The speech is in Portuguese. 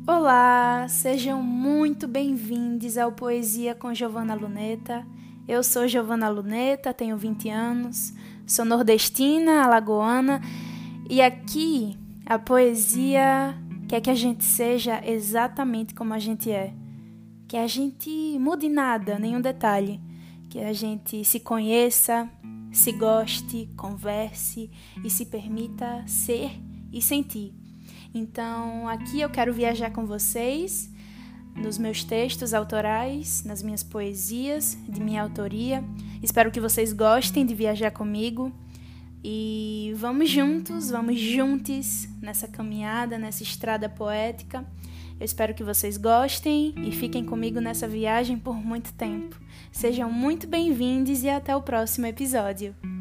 Olá, sejam muito bem-vindos ao Poesia com Giovanna Luneta. Eu sou Giovanna Luneta, tenho 20 anos, sou nordestina, alagoana e aqui a poesia quer que a gente seja exatamente como a gente é. Que a gente mude nada, nenhum detalhe. Que a gente se conheça, se goste, converse e se permita ser e sentir. Então, aqui eu quero viajar com vocês nos meus textos autorais, nas minhas poesias de minha autoria. Espero que vocês gostem de viajar comigo e vamos juntos, vamos juntos nessa caminhada, nessa estrada poética. Eu espero que vocês gostem e fiquem comigo nessa viagem por muito tempo. Sejam muito bem-vindos e até o próximo episódio.